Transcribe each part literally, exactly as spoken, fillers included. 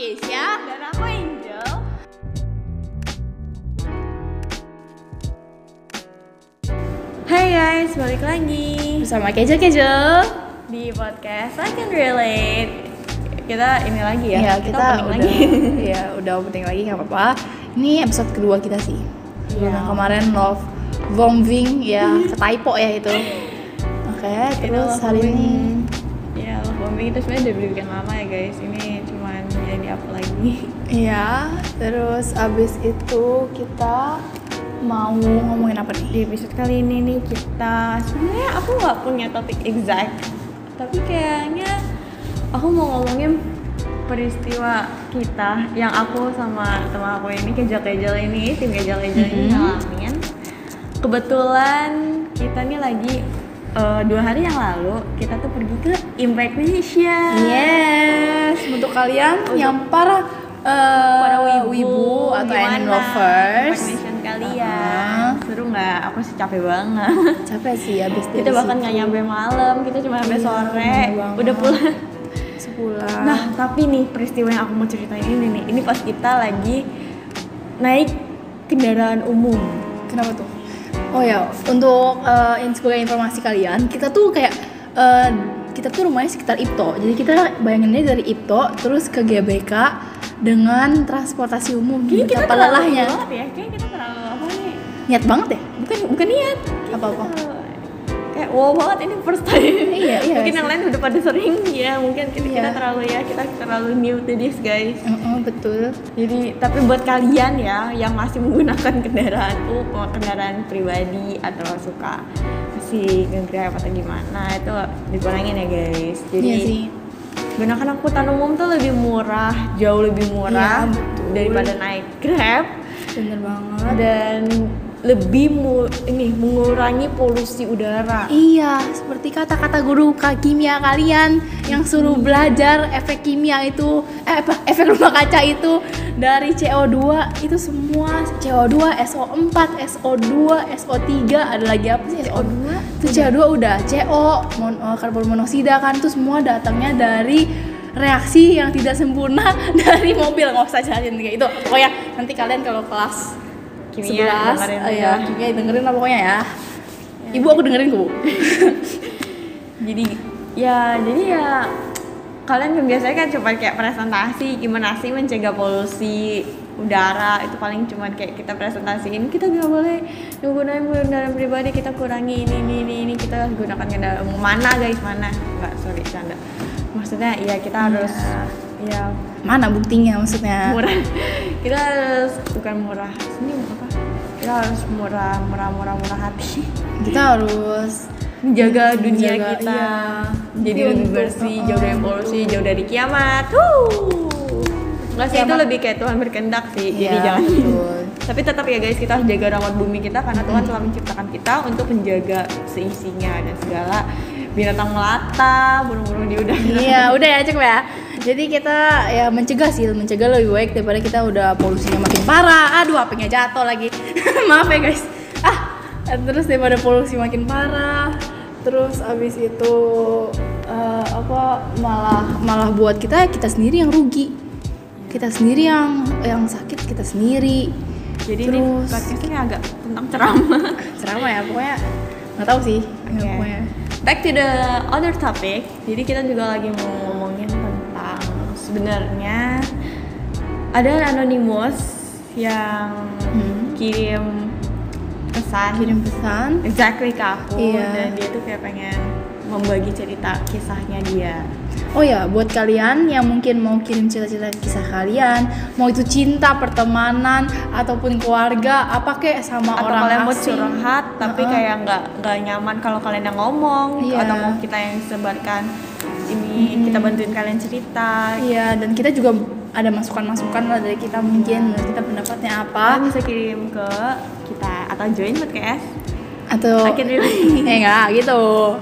Keisha. Dan aku Angel. Hai guys, balik lagi Bersama Kejo Kejo di podcast I Can Relate. Kita ini lagi ya, Ya kita, opening udah lagi. Ya udah opening lagi nggak apa-apa. Ini episode kedua kita sih. Iya. Yang kemarin love bombing ya, ketypo ya itu. Oke, terus Love hari bombing. ini Ya, love bombing itu sebenarnya udah bikin lama ya guys. Ini cuman jadi apa lagi? iya, terus abis itu kita mau ngomongin apa nih? Di episode kali ini nih kita sebenarnya aku nggak punya topik exact, tapi kayaknya aku mau ngomongin peristiwa kita yang aku sama teman aku ini kejal-kejal ini tim kejal-kejal ini Mhm. ngalamin. Kebetulan kita nih lagi eh, dua hari yang lalu kita tuh pergi ke Impact Nation. Yes, untuk kalian Untuk yang para eh, para wibu, wibu atau gimana anime lovers, Impact Nation kalian? Uh-huh. Seru nggak? Aku sih capek banget. capek sih abis dari Kita bahkan situ. nggak nyampe malam, kita cuma sampai Iya, sore, bener banget. udah pulang. Sepulang. Nah, tapi nih peristiwa yang aku mau ceritain ini nih, ini pas kita lagi naik kendaraan umum. Kenapa tuh? Oh ya, untuk uh, in- sebagai informasi kalian, kita tuh kayak uh, kita tuh rumahnya sekitar Ipto. Jadi kita bayanginnya dari Ipto terus ke G B K dengan transportasi umum. Kayaknya kita Betapa terlalu lelahnya. banget ya, kayaknya kita terlalu apa nih? Niat banget ya? Bukan bukan niat. Kayaknya Apa-apa? kita terlalu- Kayak wow banget ini first time. Iya, iya Mungkin sih. yang lain udah pada sering ya, mungkin kita, kita Iya. terlalu ya, kita terlalu new to this guys. Uh-uh, betul. Jadi, tapi buat kalian ya yang masih menggunakan kendaraan umum, kendaraan pribadi atau suka masih nge-grab atau gimana, itu dikurangin ya guys. Jadi Iya sih. gunakan angkutan umum tuh lebih murah, jauh lebih murah Iya, betul. daripada naik Grab Bener banget. dan lebih mu, ini mengurangi polusi udara. Iya, seperti kata-kata guru ka- kimia kalian yang suruh belajar efek kimia itu, eh apa, efek rumah kaca itu dari C O dua itu semua C O dua, S O empat, S O dua, S O tiga, ada lagi apa sih? C O dua? Itu C O dua udah, C O, mon- eh, karbon monoksida kan, itu semua datangnya dari reaksi yang tidak sempurna dari mobil. Nggak usah jelasin kayak itu. Pokoknya nanti kalian kalau kelas Kimia sebelas, dengerin eh, ya. ya, kimia dengerin lah pokoknya ya. Ibu aku dengerin kok, Bu. Jadi ya, jadi ya kalian kan biasanya kan cuma kayak presentasi gimana sih mencegah polusi udara, itu paling cuma kayak kita presentasiin kita nggak boleh menggunakan kendaraan pribadi, kita kurangi ini ini ini, ini kita gunakan kendaraan umum. Mana guys, mana? Enggak, sorry canda. Maksudnya ya kita harus ya Mana buktinya maksudnya? murah. Kita harus bukan murah. Ini apa? Kita harus murah, murah, murah, murah hati. Kita harus Menjaga dunia menjaga, kita iya. jadi Tapi lebih untuk- bersih, uh-uh. jauh dari polusi, jauh dari kiamat. Wuh. Nggak sih, itu Kiamat. lebih kayak Tuhan berkehendak sih. Jadi Iya, jangan. betul. Tapi tetap ya guys, kita harus jaga rawat bumi kita karena Tuhan telah menciptakan kita untuk menjaga seisinya dan segala binatang melata, burung-burung di udara. Iya, udah ya cukup ya. Jadi kita ya mencegah sih, mencegah lebih baik daripada kita udah polusinya makin parah. Aduh, H P-nya jatuh lagi. Maaf ya guys. Ah, terus daripada polusi makin parah, terus abis itu eh, apa malah malah buat kita kita sendiri yang rugi. Kita sendiri yang yang sakit kita sendiri. Jadi ini Terus- podcastnya agak tentang ceramah. Ceramah ya pokoknya nggak tahu sih. Oke. Pokoknya. Back to the other topic. Jadi kita juga lagi mau ngomongin tentang sebenarnya ada anonymous yang Hmm. kirim pesan, Kirim pesan. exactly ke aku, Iya. dan dia tuh kayak pengen membagi cerita kisahnya dia. Oh ya, buat kalian yang mungkin mau kirim cerita-cerita kisah kalian, mau itu cinta, pertemanan, ataupun keluarga, apa kek sama Atau orang kalian mau asing. curhat tapi Uh-uh. kayak nggak nggak nyaman kalau kalian yang ngomong, Iya. atau mau kita yang sebarkan ini, Mm-mm. kita bantuin kalian cerita. Iya, dan kita juga ada masukan-masukan lah dari kita mungkin, menurut kita pendapatnya apa, Kalian bisa kirim ke kita atau join podcast. atau I can relate. eh enggak gitu.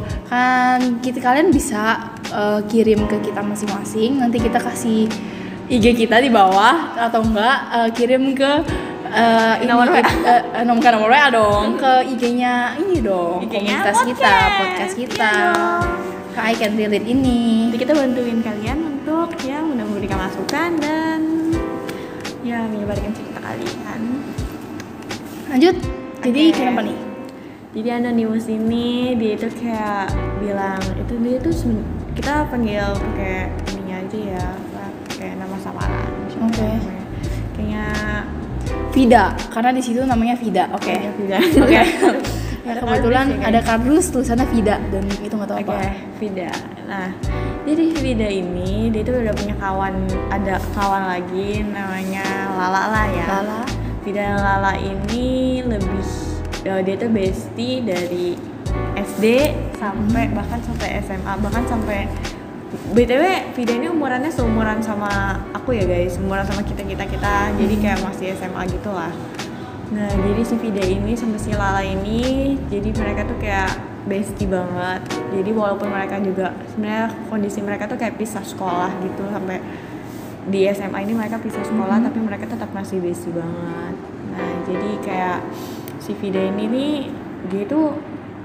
Kan kita kalian bisa uh, kirim ke kita masing-masing, nanti kita kasih I G kita di bawah, atau enggak uh, kirim ke uh, ini, Nomor W A. uh, uh, nomor nomor W A dong, ke I G-nya ini dong, I G-nya komunitas kita, podcast. podcast kita. Iya dong. Ke I Can Relate ini. Jadi kita bantuin kalian untuk ya mudah-mudahan memberikan masukan dan ya menyebarkan cerita kalian. Lanjut. Jadi Oke. kenapa nih? Jadi anonimus ini dia itu kayak bilang itu dia tuh seben- kita panggil pakai ininya aja ya, kayak nama samaran. Siapa Oke. namanya? Kayaknya Vida, karena di situ namanya Vida. Oke. kayaknya Vida. Oke. Ada Ya, kebetulan kardus ya, ada guys. kardus tulisannya Vida dan itu nggak tahu Oke, apa. Vida. Nah, jadi Vida ini dia tuh udah punya kawan, ada kawan lagi namanya Lala lah ya. Lala. Vida dan Lala ini lebih ya, dia tuh bestie dari S D sampai bahkan sampai S M A, bahkan sampai B T W Vida ini umurannya seumuran sama aku ya guys, umuran sama kita kita kita, jadi kayak masih S M A gitu lah. Nah jadi si Vida ini sama si Lala ini, jadi mereka tuh kayak bestie banget. Jadi walaupun mereka juga sebenarnya kondisi mereka tuh kayak pisah sekolah gitu, sampai di S M A ini mereka pisah sekolah, tapi mereka tetap masih bestie banget. Nah jadi kayak si Vida ini nih dia tuh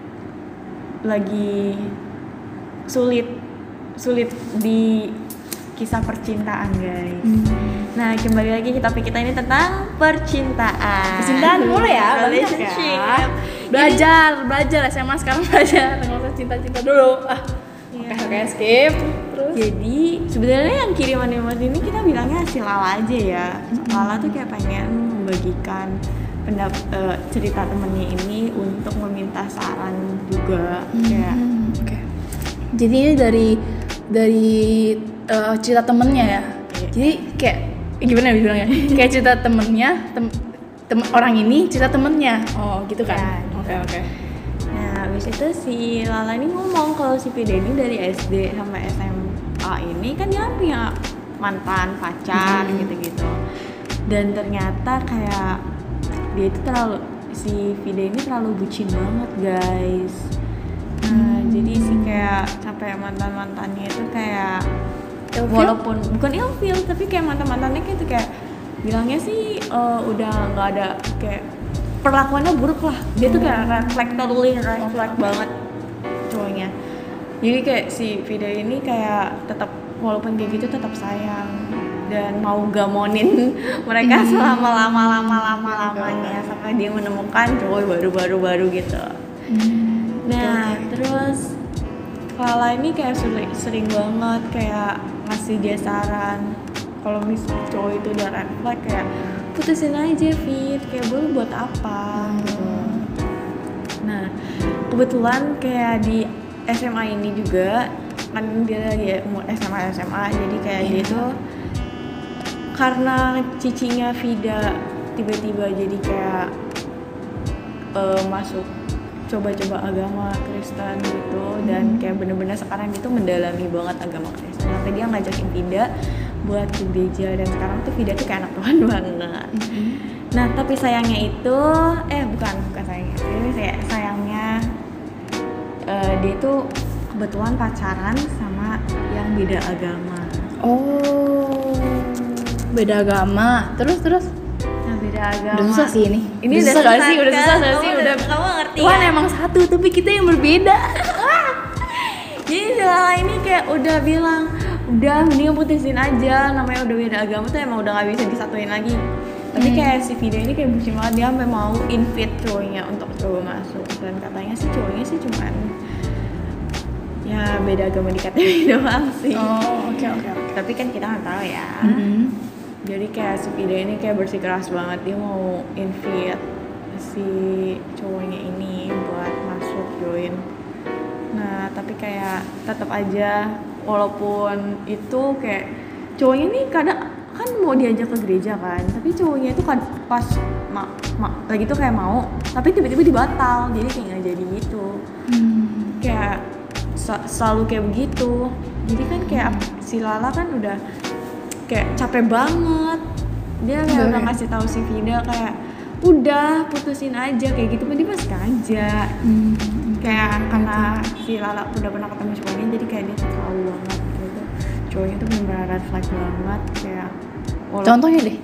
lagi sulit sulit di kisah percintaan guys. Nah kembali lagi ke topik kita ini tentang percintaan. Percintaan mulai ya, banyak Relationship. ya. Belajar, belajar S M A sekarang belajar. Nggak usah cinta-cinta dulu. Ah, Iya. oke, oke, skip. Terus? Jadi sebenarnya yang kiriman email ini kita bilangnya si Lala aja ya. Lala tuh kayak pengen membagikan pendap eh, cerita temennya ini untuk meminta saran juga kayak Hmm, oke. Jadi ini dari dari eh, cerita temennya ya. Iya. Jadi kayak eh, gimana ya bilangnya? Kayak cerita temennya, tem, tem- orang ini cerita temennya. Oh gitu kan? Ya, Oke oke. Nah, habis itu si Lala ini ngomong kalau si Vida ini dari S D sampai S M A ini kan dia punya mantan pacar Hmm. gitu-gitu. Dan ternyata kayak dia itu terlalu si Vida ini terlalu bucin banget, guys. Nah, jadi sih kayak sampai mantan-mantannya itu kayak Ilfil? walaupun bukan ilfil tapi kayak mantan-mantannya kayak itu kayak bilangnya sih eh, udah nggak ada kayak perlakuannya buruk lah. Dia tuh kayak red flag, totally red flag banget cowoknya. Jadi kayak si Vida ini kayak tetap walaupun kayak gitu tetap sayang dan mau gamonin mereka selama lama lama lama lamanya sampai dia menemukan cowok baru baru baru gitu. Nah terus Lala ini kayak sering, sering banget kayak ngasih dia saran kalau misalnya cowok itu udah red flag kayak putusin aja Fit, kayak boleh buat apa gitu. Nah kebetulan kayak di S M A ini juga kan dia lagi umur S M A S M A jadi kayak dia tuh karena cicinya Vida tiba-tiba jadi kayak eh, masuk coba-coba agama Kristen gitu dan kayak bener-bener sekarang itu mendalami banget agama Kristen sampai dia ngajakin Vida buat ke gereja dan sekarang tuh Vida tuh kayak anak Tuhan banget. Nah tapi sayangnya itu eh bukan bukan sayangnya ini saya sayangnya eh, dia tuh kebetulan pacaran sama yang beda agama. Oh, beda agama. Terus terus. Nah beda agama. Udah susah sih ini. Ini udah udah susah gak susah sih? Udah kan? susah gak Kamu sih? udah- Udah. kamu ngerti Tuhan ya? emang satu, tapi kita yang berbeda. Jadi si Lala ini kayak udah bilang udah mendingan putusin aja, namanya udah beda agama tuh emang udah gak bisa disatuin lagi. Tapi Hmm. kayak si Vida ini kayak bucin banget, dia sampai mau invite cowoknya untuk coba masuk dan katanya sih cowoknya sih cuman ya beda agama di K T P doang sih. Oh, oke oke oke. Tapi kan kita nggak tahu ya. Mhm. Jadi kayak si Vida ini kayak bersikeras banget, dia mau invite si cowoknya ini buat masuk join. Nah tapi kayak tetap aja walaupun itu kayak cowoknya nih kadang kan mau diajak ke gereja kan, tapi cowoknya itu kan pas ma, ma, lagi tuh kayak mau, tapi tiba-tiba dibatal, jadi kayak nggak jadi gitu. Hmm. Kayak sa- selalu kayak begitu. Jadi kan kayak si Lala kan udah kayak capek banget. Dia kayak Udah udah ya? ngasih tahu si Vida kayak udah putusin aja kayak gitu, tapi dia masih aja. Hmm. Kayak karena si Lala udah pernah ketemu cowoknya jadi kayak dia tuh tahu banget gitu. Cowoknya tuh bener-bener red flag banget kayak wala- Contohnya deh.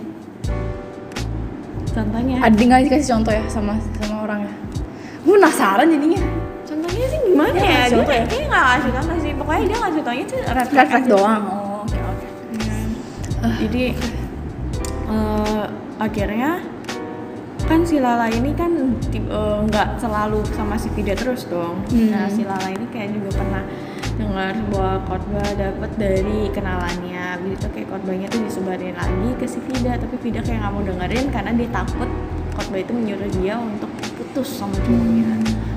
contohnya Ada nggak dikasih contoh ya sama sama orangnya? Gue penasaran jadinya. contohnya sih gimana Dia ya? ngasih Dia contoh ya? kayaknya nggak ngasih contoh sih. Pokoknya dia ngasih contohnya sih red flag Red flag aja. doang. Oh, oke oke. Iya. Jadi uh, akhirnya kan si Lala ini kan nggak uh, selalu sama si Vida terus dong. Hmm. Nah si Lala ini kayak juga pernah dengar sebuah khotbah dapat dari kenalannya. Begitu kayak khotbahnya tuh disebarin lagi ke si Vida, tapi Vida kayak nggak mau dengerin karena dia takut khotbah itu menyuruh dia untuk putus sama cowoknya.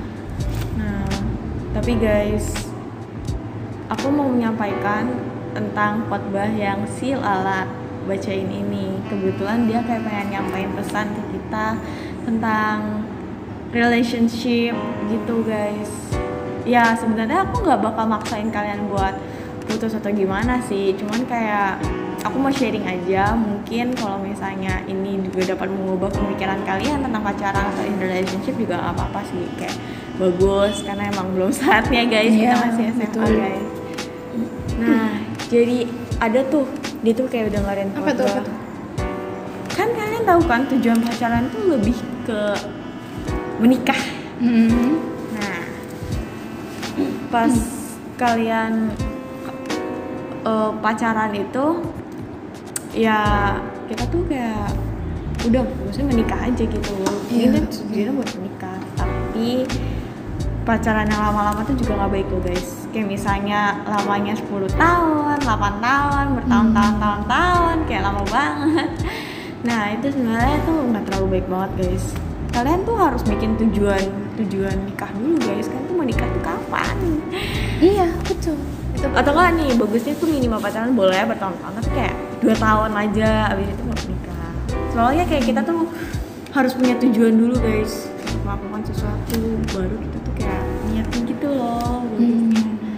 Nah tapi guys, aku mau menyampaikan tentang khotbah yang si Lala bacain ini. Kebetulan dia kayak pengen nyampein pesan ke kita tentang relationship gitu guys. Ya sebenarnya aku nggak bakal maksain kalian buat putus atau gimana sih, cuman kayak aku mau sharing aja. Mungkin kalau misalnya ini juga dapat mengubah pemikiran kalian tentang pacaran atau in relationship juga nggak apa-apa sih, kayak bagus karena emang belum saatnya guys, yeah, kita masih S M A betul. Guys. Nah jadi ada tuh dia tuh kayak udah dengerin apa tuh, apa tuh? Kan kalian tahu kan tujuan pacaran tuh lebih ke menikah. Mm-hmm. Nah pas mm. kalian uh, pacaran itu ya kita tuh kayak udah maksudnya menikah aja gitu. Ini kan sebenarnya buat menikah, tapi pacaran yang lama-lama tuh juga nggak baik loh guys. Kayak misalnya lamanya sepuluh tahun, delapan tahun, bertahun-tahun, tahun-tahun, kayak lama banget. Nah itu sebenarnya tuh nggak terlalu baik banget guys. Kalian tuh harus bikin tujuan tujuan nikah dulu guys. Kan tuh mau nikah tuh kapan? Iya betul. Itu atau nggak nih bagusnya tuh minimal pacaran boleh bertahun-tahun, tapi kayak dua tahun aja, abis itu mau nikah. Soalnya kayak kita tuh harus punya tujuan dulu guys untuk melakukan sesuatu, baru kita tuh kayak niatin gitu loh. Hmm.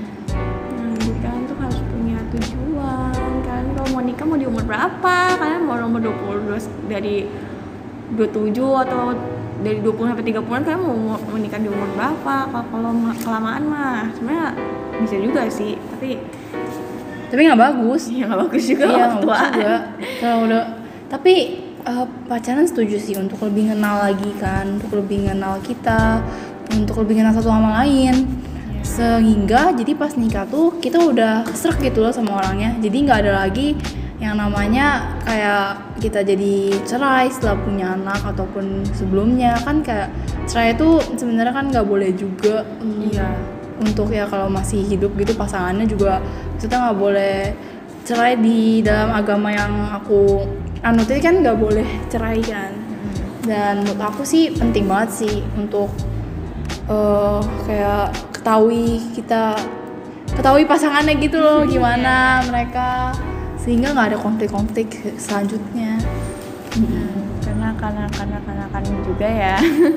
Kalian tuh harus punya tujuan. Kalian kalau mau nikah mau di umur berapa? Kalian mau nomor dua puluh dua dari dua puluh tujuh atau dari dua puluh sampai tiga puluhan kalian mau menikah di umur berapa? Kalau kalau kelamaan mah sebenarnya bisa juga sih, tapi tapi nggak bagus. Iya nggak bagus juga. Iya nggak bagus juga. Kalau udah tapi uh, pacaran setuju sih untuk lebih kenal lagi kan, untuk lebih kenal kita, untuk lebih kenal satu sama lain. Sehingga jadi pas nikah tuh kita udah srek gitu loh sama orangnya. Jadi nggak ada lagi yang namanya kayak kita jadi cerai setelah punya anak ataupun sebelumnya. Kan kayak cerai itu sebenarnya kan nggak boleh juga. Iya. Untuk ya kalau masih hidup gitu pasangannya juga kita nggak boleh cerai. Di dalam agama yang aku anut itu kan nggak boleh cerai kan. Dan menurut aku sih penting banget sih untuk uh, kayak ketahui kita ketahui pasangannya gitu loh gimana mereka, sehingga nggak ada konflik-konflik selanjutnya. Hmm, karena karena karena karena kan juga ya.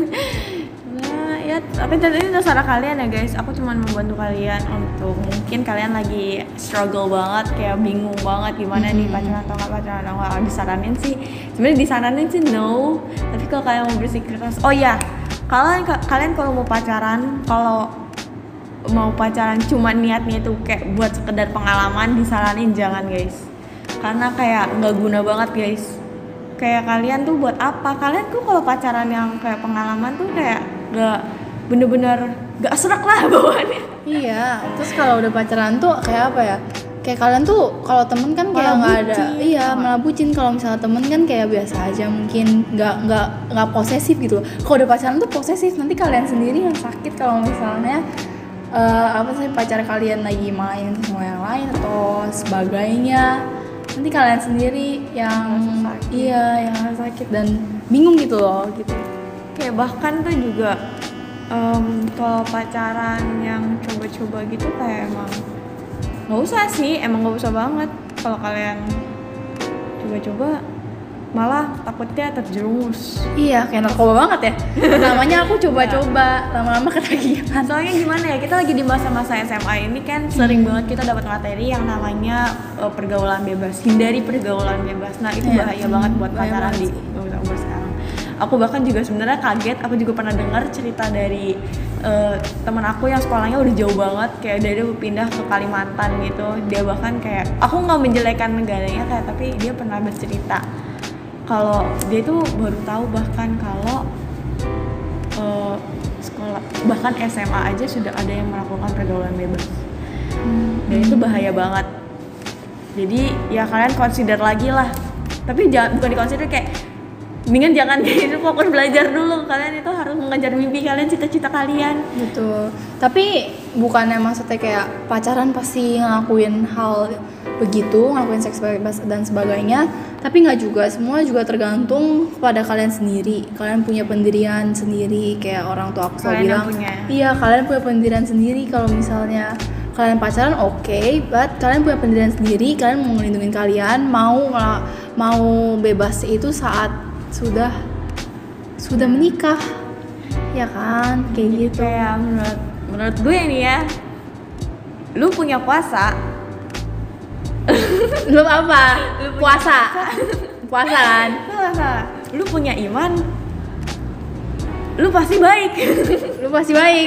Nah, ya tapi tadi itu saran kalian ya guys. Aku cuma membantu kalian untuk mungkin kalian lagi struggle banget, kayak bingung banget gimana hmm. nih pacaran atau nggak pacaran atau nggak. Disaranin sih, sebenarnya disaranin sih no. Tapi kalau kalian mau bersikeras, oh ya, kalian kalian kalau mau pacaran, kalau mau pacaran cuma niatnya itu kayak buat sekedar pengalaman, disaranin jangan guys. Karena kayak nggak guna banget guys. Kayak kalian tuh buat apa? Kalian tuh kalau pacaran yang kayak pengalaman tuh kayak nggak bener-bener nggak serak lah bawaannya. Iya. Terus kalau udah pacaran tuh kayak apa ya? Kayak kalian tuh kalau temen kan kayak nggak ada. Iya malah bucin. Kalau misalnya temen kan kayak biasa aja, mungkin nggak nggak nggak posesif gitu. Kalau udah pacaran tuh posesif. Nanti kalian sendiri yang sakit kalau misalnya Uh, apa sih pacar kalian lagi main sama yang lain atau sebagainya, nanti kalian sendiri yang iya yang sakit dan bingung gitu loh gitu. Kayak bahkan tuh juga um, kalau pacaran yang coba-coba gitu kayak emang nggak usah sih, emang nggak usah banget. Kalau kalian coba-coba malah takutnya terjerumus. Iya, kayak narkoba banget ya. Namanya aku coba-coba, lama-lama ketagihan. Soalnya gimana ya, kita lagi di masa-masa S M A ini kan sering hmm. banget kita dapat materi yang namanya uh, pergaulan bebas. Hindari pergaulan bebas. Nah, itu yeah. bahaya hmm. banget buat pacaran di umur sekarang. Aku bahkan juga sebenarnya kaget, aku juga pernah dengar cerita dari uh, teman aku yang sekolahnya udah jauh banget, kayak dari dia pindah ke Kalimantan gitu. Dia bahkan kayak, aku nggak menjelekan negaranya kayak, tapi dia pernah bercerita kalau dia tuh baru tahu bahkan kalau uh, sekolah bahkan S M A aja sudah ada yang melakukan pergaulan bebas. Hmm. Dan itu bahaya banget. Jadi ya kalian consider lagi lah, tapi jangan, bukan di consider kayak mendingan jangan gitu, fokus belajar dulu. Kalian itu harus mengejar mimpi kalian, cita-cita kalian. Betul. Tapi bukannya maksudnya kayak pacaran pasti ngelakuin hal begitu, ngelakuin seks bebas dan sebagainya. Tapi nggak juga, semua juga tergantung kepada kalian sendiri. Kalian punya pendirian sendiri, kayak orang tua aku selalu bilang. Iya, kalian punya pendirian sendiri. Kalau misalnya kalian pacaran oke, okay, but kalian punya pendirian sendiri. Kalian mau melindungi kalian, mau mau bebas itu saat sudah sudah menikah, ya kan, kayak jadi gitu. Kayak menurut menurut gue nih ya, lu punya kuasa. Lu apa? Lu puasa, puasa kan? Puasa. Lu punya iman, lu pasti baik. Lu pasti baik.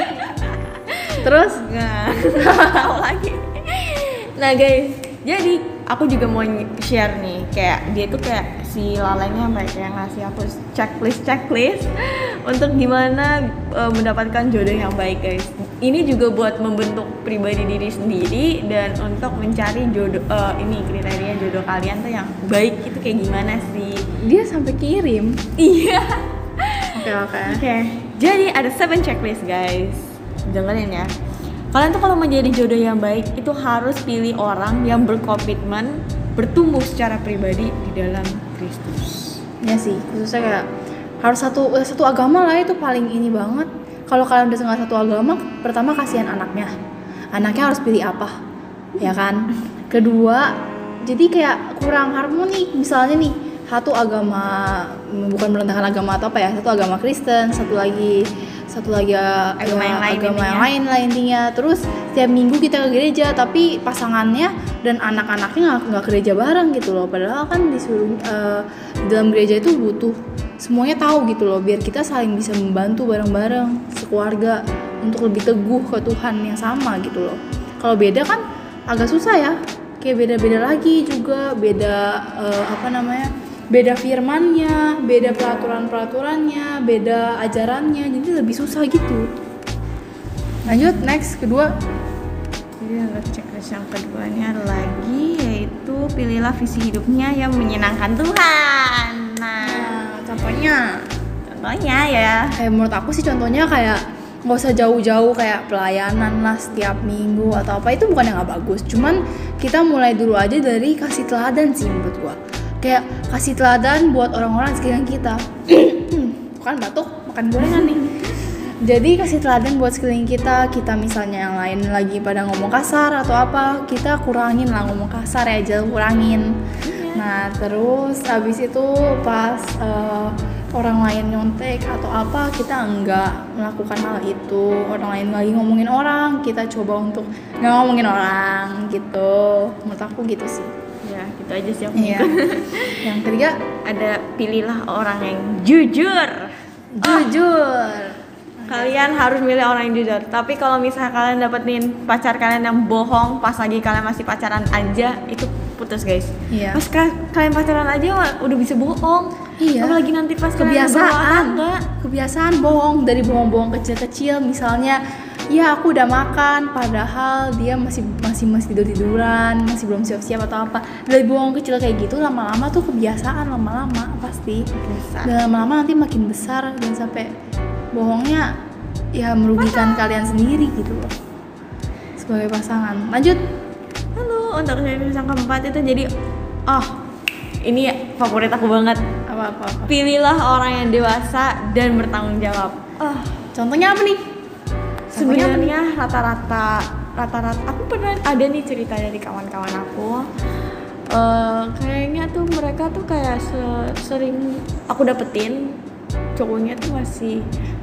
Terus? Nggak tahu lagi. Nah guys, jadi aku juga mau share nih, kayak dia tuh kayak si lalainya sampai kayak ngasih aku checklist checklist untuk gimana uh, mendapatkan jodoh yang baik guys. Ini juga buat membentuk pribadi diri sendiri dan untuk mencari jodoh uh, ini kriteria jodoh kalian tuh yang baik itu kayak gimana sih? Dia sampai kirim. Iya. Oke oke. Oke. Jadi ada seven checklist guys. Dengerin ya. Kalian tuh kalau menjadi jodoh yang baik itu harus pilih orang yang berkomitmen bertumbuh secara pribadi di dalam Kristus. Ya sih, khususnya kayak harus satu satu agama lah, itu paling ini banget. Kalau kalian udah nggak satu agama, pertama kasihan anaknya. Anaknya harus pilih apa, ya kan? Kedua, jadi kayak kurang harmoni. Misalnya nih, satu agama, bukan merendahkan agama atau apa ya, satu agama Kristen, satu lagi satu lagi agama ya, yang lain agama intinya. yang lain lah intinya. Terus setiap minggu kita ke gereja, tapi pasangannya dan anak-anaknya nggak nggak ke gereja bareng gitu loh. Padahal kan disuruh uh, di dalam gereja itu butuh semuanya tahu gitu loh, biar kita saling bisa membantu bareng-bareng sekeluarga untuk lebih teguh ke Tuhan yang sama gitu loh. Kalau beda kan agak susah ya, kayak beda-beda lagi juga, beda uh, apa namanya, beda firmannya, beda peraturan-peraturannya, beda ajarannya, jadi lebih susah gitu. Lanjut, next, kedua. Jadi yang checklist yang keduanya lagi yaitu pilihlah visi hidupnya yang menyenangkan Tuhan. Nah, Nah, contohnya, contohnya ya, kayak menurut aku sih contohnya kayak nggak usah jauh-jauh kayak pelayanan lah setiap minggu atau apa, itu bukan yang nggak bagus. Cuman kita mulai dulu aja dari kasih teladan sih menurut gua. Kayak kasih teladan buat orang-orang sekeliling kita. Bukan batuk, makan gorengan nih. Jadi kasih teladan buat sekeliling kita. Kita misalnya yang lain lagi pada ngomong kasar atau apa, kita kurangin lah ngomong kasar ya, jangan kurangin. Nah terus abis itu pas uh, orang lain nyontek atau apa, kita enggak melakukan hal itu. Orang lain lagi ngomongin orang, kita coba untuk nggak ngomongin orang gitu. Menurut aku gitu sih. ya gitu aja sih aku. Iya. Yang ketiga, Ada pilihlah orang yang jujur. jujur. Kalian harus milih orang yang jujur. Tapi kalau misalnya kalian dapetin pacar kalian yang bohong pas lagi kalian masih pacaran aja, itu putus guys. Iya. Pas ka- kalian pacaran aja udah bisa bohong. Iya. Apalagi nanti pas kalian berumah Kebiasaan, tangga. kebiasaan bohong, dari bohong-bohong kecil-kecil. Misalnya, ya aku udah makan, padahal dia masih masih masih tidur tiduran, masih belum siap-siap atau apa. Dari bohong kecil kayak gitu, lama-lama tuh kebiasaan, lama-lama pasti. Bisa. Dan lama-lama nanti makin besar dan sampai bohongnya ya merugikan kalian sendiri gitu loh sebagai pasangan. Lanjut. Lalu untuk yang keempat itu jadi, oh ini favorit aku banget. Apa-apa. Pilihlah orang yang dewasa dan bertanggung jawab. Oh, Contohnya apa nih? Contohnya apa nih? sebenarnya rata-rata rata-rata aku pernah ada nih cerita dari kawan-kawan aku. Eh, kayaknya tuh mereka tuh kayak se- sering aku dapetin cowoknya tuh masih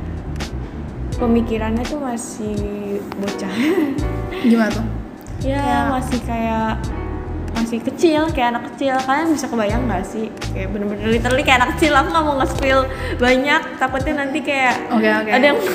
pemikirannya tuh masih bocah. Gimana tuh? Ya Kayak- masih kayak masih kecil, kayak anak kecil. Kalian bisa kebayang nggak sih? Kayak bener-bener literally kayak anak kecil. Aku nggak mau nge-spill banyak, takutnya nanti kayak Oke, oke. ada yang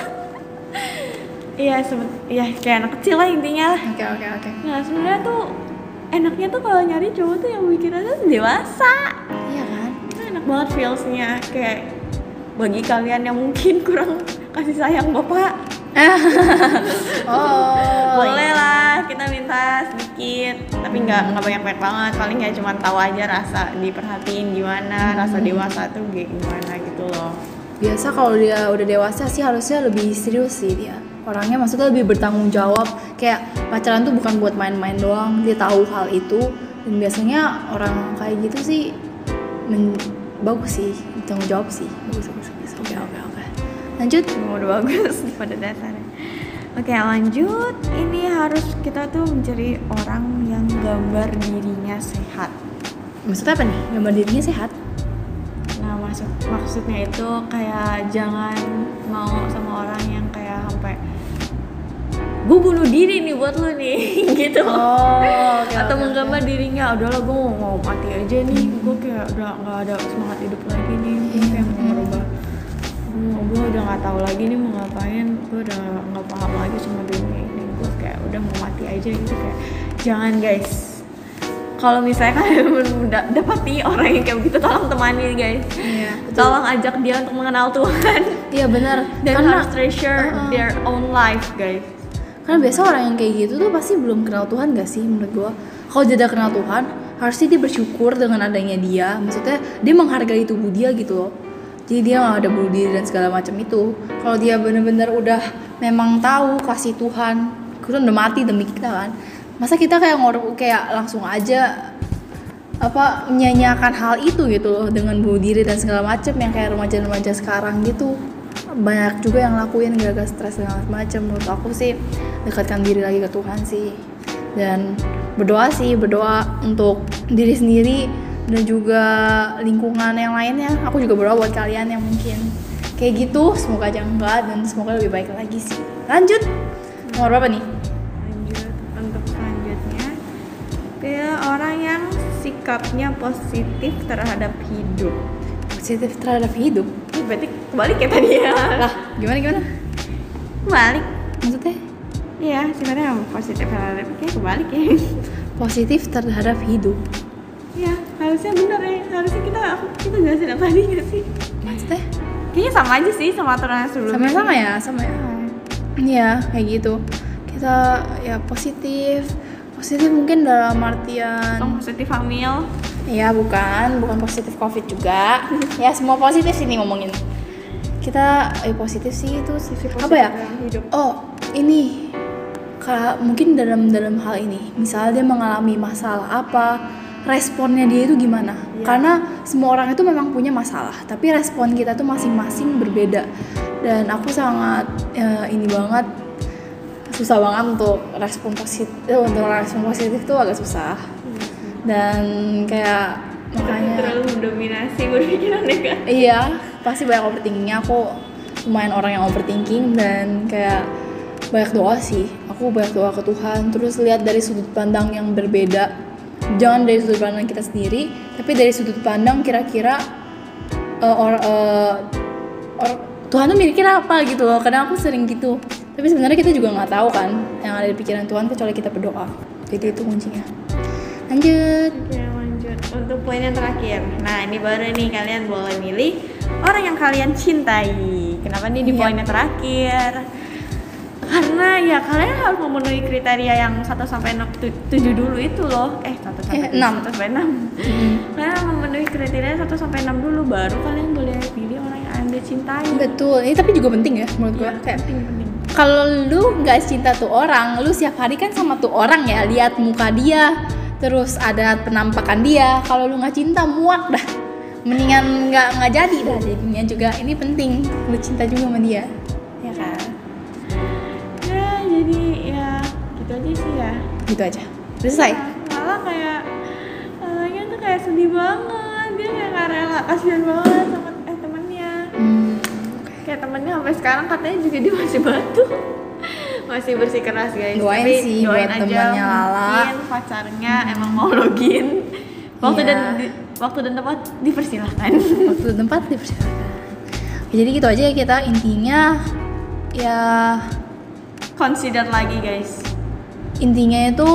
iya sebe- iya kayak anak kecil lah intinya. Oke oke oke. Nah sebenarnya tuh enaknya tuh kalau nyari cowok tuh yang pikirannya tuh dewasa. Iya kan? Itu enak banget feelsnya. Kayak bagi kalian yang mungkin kurang kasih sayang bapak, Oh. Boleh lah kita minta sedikit, tapi nggak nggak banyak-banyak banget, paling ya cuma tahu aja rasa diperhatiin gimana, rasa dewasa tuh kayak gimana gitu loh. Biasa kalau dia udah dewasa sih harusnya lebih serius sih dia. Orangnya maksudnya lebih bertanggung jawab. Kayak pacaran tuh bukan buat main-main doang. Dia tahu hal itu. Dan biasanya orang kayak gitu sih men- bagus sih, bertanggung jawab sih. Bagus, bagus, bagus. Oke, oke, oke. Lanjut. Semua udah bagus pada dasarnya. Oke lanjut, ini harus kita tuh mencari orang yang gambar dirinya sehat. Maksudnya apa nih? Gambar dirinya sehat? Nah maksud maksudnya itu kayak jangan mau sama orang yang kayak sampai gue bunuh diri nih buat lo nih gitu. Oh, oke, atau oke, menggambar oke. dirinya udahlah gue mau, mau mati aja nih, gue kayak udah nggak ada semangat hidup lagi nih, gue kayak mau merubah, gue gue udah nggak tahu lagi nih mau ngapain, gue udah nggak paham lagi sama dunia ini, gue kayak udah mau mati aja gitu. Kayak jangan guys, kalau misalnya kalian udah dapati orang yang kayak begitu, tolong temani guys. Iya, betul. Tolong ajak dia untuk mengenal Tuhan. Iya benar. Dan Karena harus treasure Uh-uh. their own life guys. Karena biasa orang yang kayak gitu tuh pasti belum kenal Tuhan gak sih menurut gua. Kalau dia udah kenal Tuhan, harusnya dia bersyukur dengan adanya dia. Maksudnya dia menghargai tubuh dia gitu loh. Jadi dia gak ada bunuh diri dan segala macam itu. Kalau dia bener-bener udah memang tahu kasih Tuhan, Tuhan udah mati demi kita kan. Masa kita kayak ngor kayak langsung aja apa menyanyiakan hal itu gitu loh dengan bunuh diri dan segala macam yang kayak remaja-remaja sekarang gitu. Banyak juga yang lakuin gara-gara stres segala macam. Menurut aku sih dekatkan diri lagi ke Tuhan sih, dan berdoa sih, berdoa untuk diri sendiri dan juga lingkungan yang lainnya. Aku juga berdoa buat kalian yang mungkin kayak gitu, semoga aja enggak dan semoga lebih baik lagi sih. Lanjut, nomor berapa nih? Lanjut untuk selanjutnya, kayak orang yang sikapnya positif terhadap hidup. Positif terhadap hidup. Ih, berarti kebalik ya tadi ya. Lah, gimana gimana? Kebalik. Maksudnya Iya, sebenarnya positif terhadap kayak kebalik ya. positif terhadap hidup. Iya, harusnya benar ya. Harusnya kita kita jelasin apa tadi nggak sih? Maksudnya Kayaknya sama aja sih sama aturan sebelumnya. sama-sama ya, sama ya. Iya, kayak gitu. Kita ya positif. Positif mungkin dalam artian Yang positif hamil. ya bukan, bukan positif Covid juga. Ya semua positif sih nih ngomongin. Kita eh, positif sih itu sih apa ya? Hidup. Oh, ini Kak, mungkin dalam dalam hal ini, misalnya dia mengalami masalah apa, responnya dia itu gimana? Iya. Karena semua orang itu memang punya masalah, tapi respon kita tuh masing-masing berbeda. Dan aku sangat eh, ini banget susah banget untuk respon positif, untuk respon positif tuh agak susah. Dan kayak makanya terlalu mendominasi berpikiran negatif. iya, pasti banyak overthinkingnya. Aku lumayan orang yang overthinking dan kayak banyak doa sih. Aku banyak doa ke Tuhan, terus lihat dari sudut pandang yang berbeda. Jangan dari sudut pandang kita sendiri, tapi dari sudut pandang kira-kira uh, or, uh, or- Tuhan tuh mikir apa gitu loh. Kadang aku sering gitu. Tapi sebenarnya kita juga nggak tahu kan yang ada di pikiran Tuhan kecuali kita berdoa. Jadi itu kuncinya. Lanjut. Oke lanjut untuk poin yang terakhir. Nah ini baru nih, kalian boleh milih orang yang kalian cintai. Kenapa nih di Iya. poin yang terakhir? Karena ya kalian harus memenuhi kriteria yang satu sampai tujuh dulu itu loh. Eh satu sampai Eh, enam. satu sampai enam. Kalian memenuhi kriteria satu sampai enam dulu, baru kalian boleh pilih orang yang Anda cintai. Betul. Ini tapi juga penting ya menurut gua. Iya, Kayak penting penting. kalau lu nggak cinta tuh orang, lu setiap hari kan sama tuh orang ya, lihat muka dia, terus ada penampakan dia. Kalau lu nggak cinta, muak dah. Mendingan nggak nggak jadi dah jadinya juga. Ini penting, lu cinta juga sama dia, ya kan? Ya jadi ya gitu aja sih ya. Gitu aja. Udah selesai. Malah kayak orangnya tuh kayak sedih banget, dia kayak gak rela, kasihan banget sama eh temennya. Hmm. Kayak temennya sampai sekarang katanya juga dia masih batu, masih bersikeras guys. Doain Tapi sih doain buat aja, temennya Lala. mungkin pacarnya emang mau login. Waktu Iya. dan di- waktu dan tempat dipersilahkan. Waktu dan tempat dipersilakan. Oke, jadi gitu aja ya kita, intinya ya Consider lagi guys. intinya itu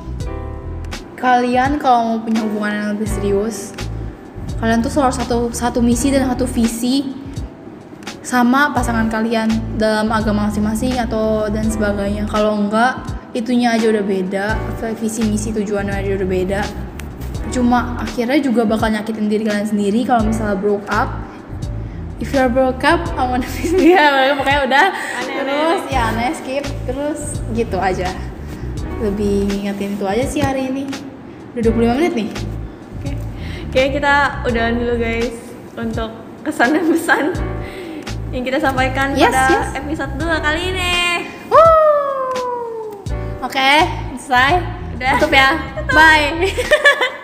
kalian kalau mau punya hubungan yang lebih serius, kalian tuh selalu satu satu misi dan satu visi sama pasangan kalian dalam agama masing-masing atau dan sebagainya. Kalau enggak, itunya aja udah beda, visi misi tujuannya aja udah beda. Cuma akhirnya juga bakal nyakitin diri kalian sendiri kalau misalnya broke up. If you're broke up, I wanna miss you. Ya, pokoknya udah. Aneh, terus aneh. ya aneh skip, terus gitu aja. Lebih ngingetin itu aja sih hari ini. Udah dua puluh lima menit nih. Oke, Kayaknya kita udahan dulu guys untuk kesan dan pesan yang kita sampaikan Yes, pada yes. episode dua kali ini. Woo! Oke, selesai. Udah. Tutup ya. Bye.